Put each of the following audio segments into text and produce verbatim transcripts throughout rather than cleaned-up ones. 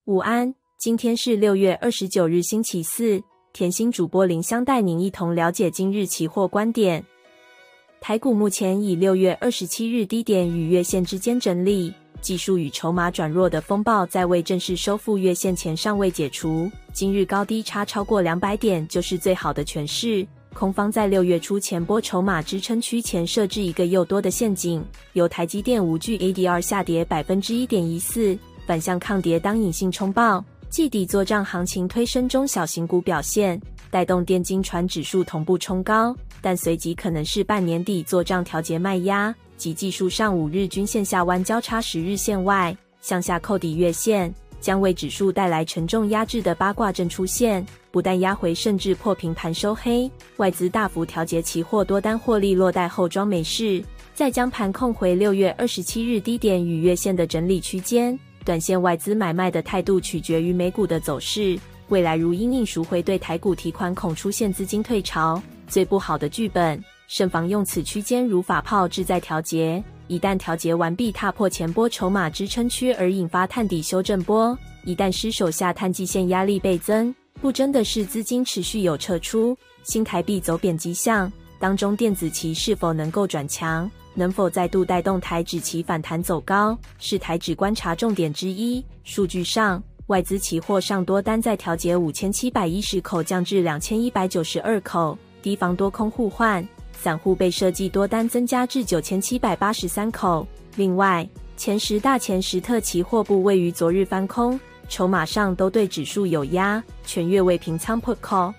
午安，今天是六月二十九日星期四，甜心主播林香带您一同了解今日期货观点。台股目前以六月二十七日低点与月线之间整理，技术与筹码转弱的风暴在未正式收复月线前尚未解除，今日高低差超过两百点就是最好的诠释。空方在六月初前波筹码支撑区前设置一个诱多的陷阱，由台积电无惧 A D R 下跌 百分之一点一四， 反向抗跌当隐性冲爆，季底作账行情推升中小型股表现，带动电金传指数同步冲高，但随即可能是半年底作账调节卖压及技术上五日均线下弯交叉十日线外向下扣抵月线，将为指数带来沉重压制的八卦阵出现，不但压回甚至破平盘收黑，外资大幅调节期货多单获利落袋后装没事，再将盘控回六月二十七日低点与月线的整理区间。短线外资买卖的态度取决于美股的走势，未来如因应赎回对台股提款恐出现资金退潮，最不好的剧本，慎防用此区间如法炮制再调节，一旦调节完毕踏破前波筹码支撑区而引发探底修正波，一旦失守下探季线压力倍增，不争的是资金持续有撤出，新台币走贬迹象，当中电子期是否能够转强，能否再度带动台指期反弹走高，是台指观察重点之一。数据上，外资期货上多单在调节五千七百一十口降至两千一百九十二口，提防多空互换，散户被设计多单增加至九千七百八十三口。另外，前十大前十特期货部位于昨日翻空，筹码上都对指数有压，全月未平仓 put call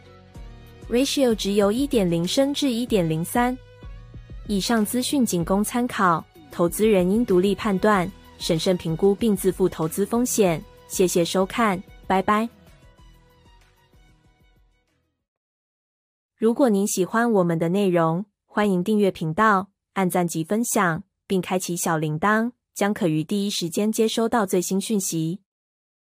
ratio 值由 一点零 升至 一点零三。以上资讯仅供参考，投资人应独立判断，审慎评估并自负投资风险。谢谢收看，拜拜。如果您喜欢我们的内容，欢迎订阅频道，按赞及分享，并开启小铃铛，将可于第一时间接收到最新讯息。